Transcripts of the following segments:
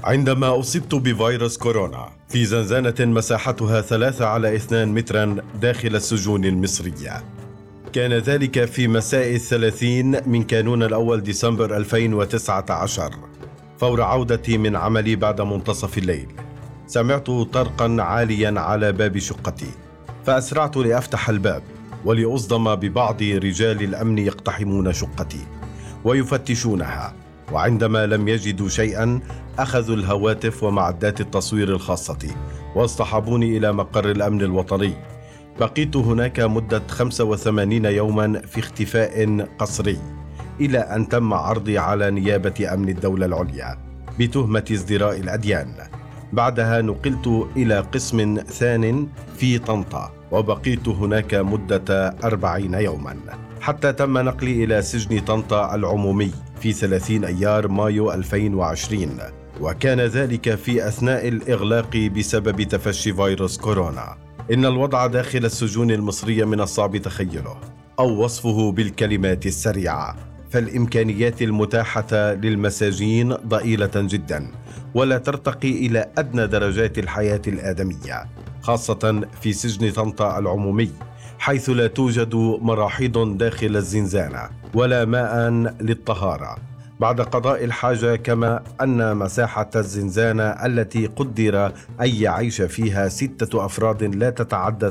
عندما أصبت بفيروس كورونا في زنزانة مساحتها 3/2 مترا داخل السجون المصرية. كان ذلك في مساء 30 من كانون الأول ديسمبر 2019 فور عودتي من عملي بعد منتصف الليل. سمعت طرقا عاليا على باب شقتي، فأسرعت لأفتح الباب ولأصدم ببعض رجال الأمن يقتحمون شقتي ويفتشونها، وعندما لم يجدوا شيئا أخذوا الهواتف ومعدات التصوير الخاصة واصطحبوني إلى مقر الأمن الوطني. بقيت هناك مدة 85 يوما في اختفاء قسري إلى أن تم عرضي على نيابة أمن الدولة العليا بتهمة ازدراء الأديان. بعدها نقلت إلى قسم ثان في طنطا، وبقيت هناك مدة 40 يوما حتى تم نقلي إلى سجن طنطا العمومي في 30 أيار مايو 2020، وكان ذلك في أثناء الإغلاق بسبب تفشي فيروس كورونا. إن الوضع داخل السجون المصرية من الصعب تخيله أو وصفه بالكلمات السريعة، فالإمكانيات المتاحة للمساجين ضئيلة جدا ولا ترتقي إلى أدنى درجات الحياة الآدمية، خاصة في سجن طنطا العمومي، حيث لا توجد مراحيض داخل الزنزانة ولا ماء للطهارة بعد قضاء الحاجة، كما أن مساحة الزنزانة التي قدر أن يعيش فيها 6 أفراد لا تتعدى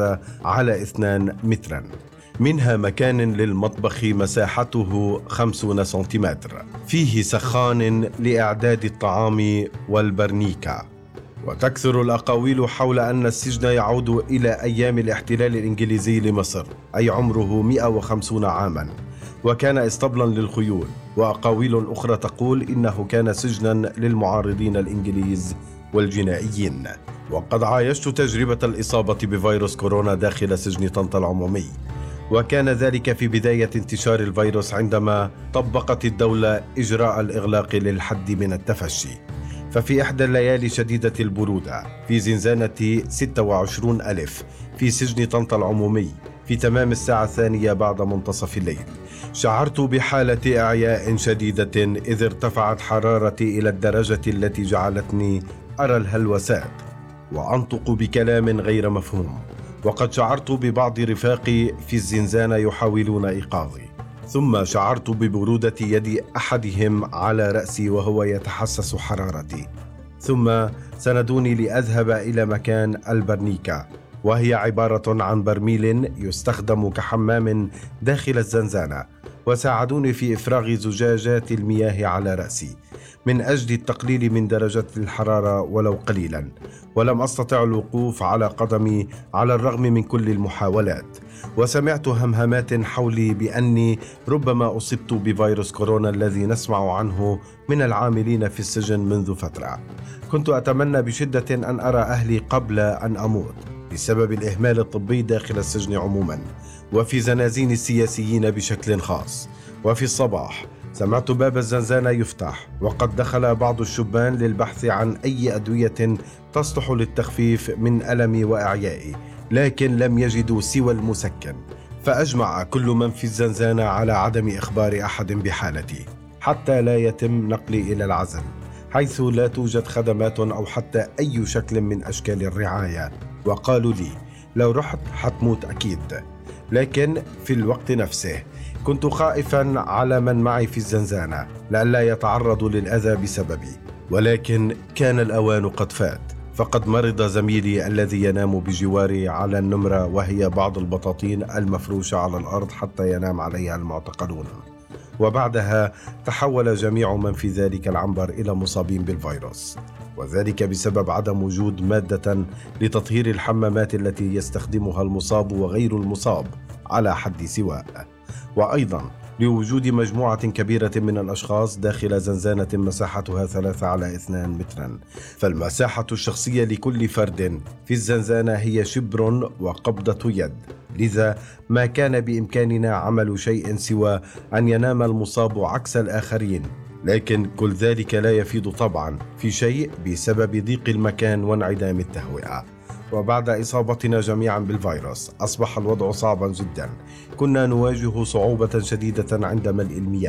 3/2 مترا، منها مكان للمطبخ مساحته 50 سنتيمتر، فيه سخان لإعداد الطعام والبرنيكا. وتكثر الأقاويل حول أن السجن يعود إلى أيام الاحتلال الإنجليزي لمصر، أي عمره 150 عاما، وكان اسطبلا للخيول. وأقاويل أخرى تقول إنه كان سجنا للمعارضين الإنجليز والجنائيين. وقد عايشت تجربة الإصابة بفيروس كورونا داخل سجن طنطا العمومي، وكان ذلك في بداية انتشار الفيروس عندما طبقت الدولة إجراء الإغلاق للحد من التفشي. ففي إحدى الليالي شديدة البرودة في زنزانة 26,000 في سجن طنطا العمومي في تمام الساعة 2 بعد منتصف الليل، شعرت بحالة إعياء شديدة إذ ارتفعت حرارتي إلى الدرجة التي جعلتني أرى الهلوسات وأنطق بكلام غير مفهوم. وقد شعرت ببعض رفاقي في الزنزانة يحاولون إيقاظي، ثم شعرت ببرودة يد أحدهم على رأسي وهو يتحسس حرارتي، ثم سندوني لأذهب إلى مكان البرنيكا، وهي عبارة عن برميل يستخدم كحمام داخل الزنزانة، وساعدوني في إفراغ زجاجات المياه على رأسي من أجل التقليل من درجة الحرارة ولو قليلا، ولم أستطع الوقوف على قدمي على الرغم من كل المحاولات. وسمعت همهمات حولي بأني ربما أصبت بفيروس كورونا الذي نسمع عنه من العاملين في السجن منذ فترة. كنت أتمنى بشدة أن أرى أهلي قبل أن أموت بسبب الإهمال الطبي داخل السجن عموما، وفي زنازين السياسيين بشكل خاص. وفي الصباح سمعت باب الزنزانة يفتح، وقد دخل بعض الشبان للبحث عن أي أدوية تصلح للتخفيف من ألمي وإعيائي، لكن لم يجدوا سوى المسكن. فأجمع كل من في الزنزانة على عدم إخبار أحد بحالتي حتى لا يتم نقلي إلى العزل، حيث لا توجد خدمات أو حتى أي شكل من أشكال الرعاية. وقالوا لي لو رحت حتموت أكيد. لكن في الوقت نفسه كنت خائفا على من معي في الزنزانة لئلا يتعرضوا للأذى بسببي، ولكن كان الأوان قد فات، فقد مرض زميلي الذي ينام بجواري على النمرة، وهي بعض البطاطين المفروشة على الأرض حتى ينام عليها المعتقلون. وبعدها تحول جميع من في ذلك العنبر إلى مصابين بالفيروس، وذلك بسبب عدم وجود مادة لتطهير الحمامات التي يستخدمها المصاب وغير المصاب على حد سواء، وأيضا لوجود مجموعة كبيرة من الأشخاص داخل زنزانة مساحتها 3/2 مترا. فالمساحة الشخصية لكل فرد في الزنزانة هي شبر وقبضة يد، لذا ما كان بإمكاننا عمل شيء سوى أن ينام المصاب عكس الآخرين. لكن كل ذلك لا يفيد طبعا في شيء بسبب ضيق المكان وانعدام التهوئة. وبعد إصابتنا جميعا بالفيروس أصبح الوضع صعبا جدا. كنا نواجه صعوبة شديدة عند ملء المياه،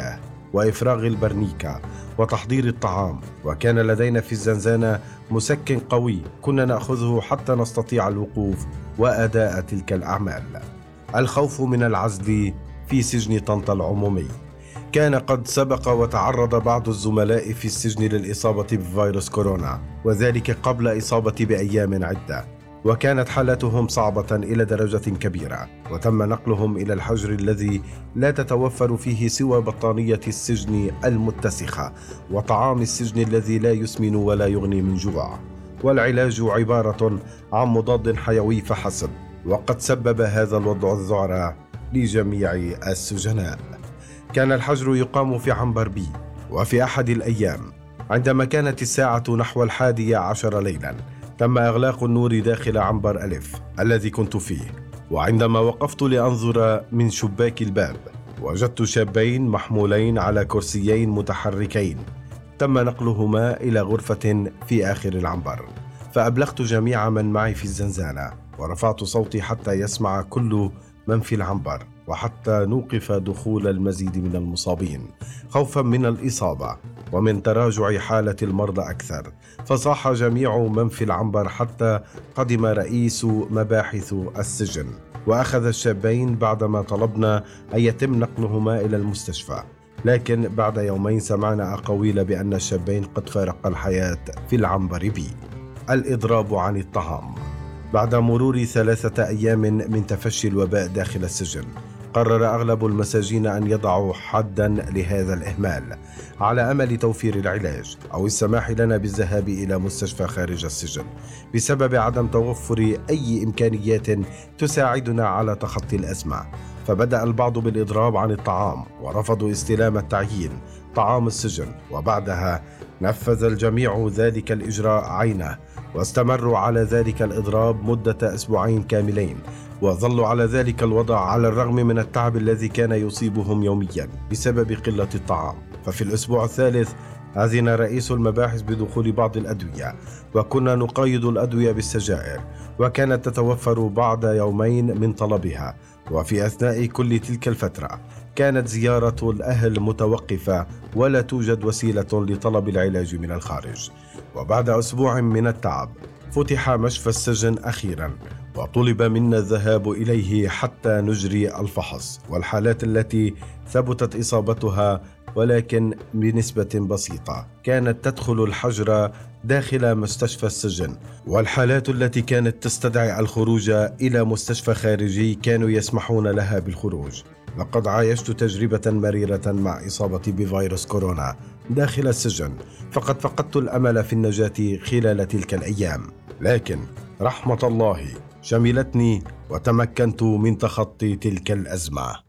وإفراغ البرنيكا وتحضير الطعام. وكان لدينا في الزنزانة مسكن قوي كنا نأخذه حتى نستطيع الوقوف وأداء تلك الأعمال. الخوف من العزل في سجن طنطا العمومي. كان قد سبق وتعرض بعض الزملاء في السجن للإصابة بفيروس كورونا، وذلك قبل إصابتي بأيام عدة، وكانت حالتهم صعبة إلى درجة كبيرة، وتم نقلهم إلى الحجر الذي لا تتوفر فيه سوى بطانية السجن المتسخة وطعام السجن الذي لا يسمن ولا يغني من جوع، والعلاج عبارة عن مضاد حيوي فحسب. وقد سبب هذا الوضع الذعر لجميع السجناء. كان الحجر يقام في عنبر بي، وفي أحد الأيام عندما كانت الساعة نحو 11 ليلا تم إغلاق النور داخل عنبر ألف الذي كنت فيه. وعندما وقفت لأنظر من شباك الباب وجدت شابين محمولين على كرسيين متحركين تم نقلهما إلى غرفة في آخر العنبر. فأبلغت جميع من معي في الزنزانة ورفعت صوتي حتى يسمع كل من في العنبر، وحتى نوقف دخول المزيد من المصابين خوفا من الإصابة ومن تراجع حالة المرضى أكثر. فصاح جميع من في العنبر حتى قدم رئيس مباحث السجن وأخذ الشابين بعدما طلبنا أن يتم نقلهما إلى المستشفى. لكن بعد يومين سمعنا أقاويل بأن الشابين قد فارق الحياة في العنبر بي. الإضراب عن الطعام. بعد مرور 3 أيام من تفشي الوباء داخل السجن، قرر أغلب المساجين أن يضعوا حداً لهذا الإهمال على أمل توفير العلاج أو السماح لنا بالذهاب إلى مستشفى خارج السجن بسبب عدم توفر أي إمكانيات تساعدنا على تخطي الأزمة. فبدأ البعض بالإضراب عن الطعام ورفضوا استلام التعيين طعام السجن، وبعدها نفذ الجميع ذلك الإجراء عينه، واستمروا على ذلك الإضراب مدة 2 أسبوع كاملين، وظلوا على ذلك الوضع على الرغم من التعب الذي كان يصيبهم يوميا بسبب قلة الطعام. ففي الأسبوع الثالث أذن رئيس المباحث بدخول بعض الأدوية، وكنا نقايض الأدوية بالسجائر، وكانت تتوفر بعد يومين من طلبها. وفي أثناء كل تلك الفترة كانت زيارة الأهل متوقفة ولا توجد وسيلة لطلب العلاج من الخارج. وبعد أسبوع من التعب فتح مشفى السجن أخيرا، وطلب منا الذهاب إليه حتى نجري الفحص والحالات التي ثبتت إصابتها ولكن بنسبة بسيطة كانت تدخل الحجر داخل مستشفى السجن، والحالات التي كانت تستدعي الخروج إلى مستشفى خارجي كانوا يسمحون لها بالخروج. لقد عايشت تجربة مريرة مع إصابتي بفيروس كورونا داخل السجن، فقد فقدت الأمل في النجاة خلال تلك الأيام، لكن رحمة الله شملتني وتمكنت من تخطي تلك الأزمة.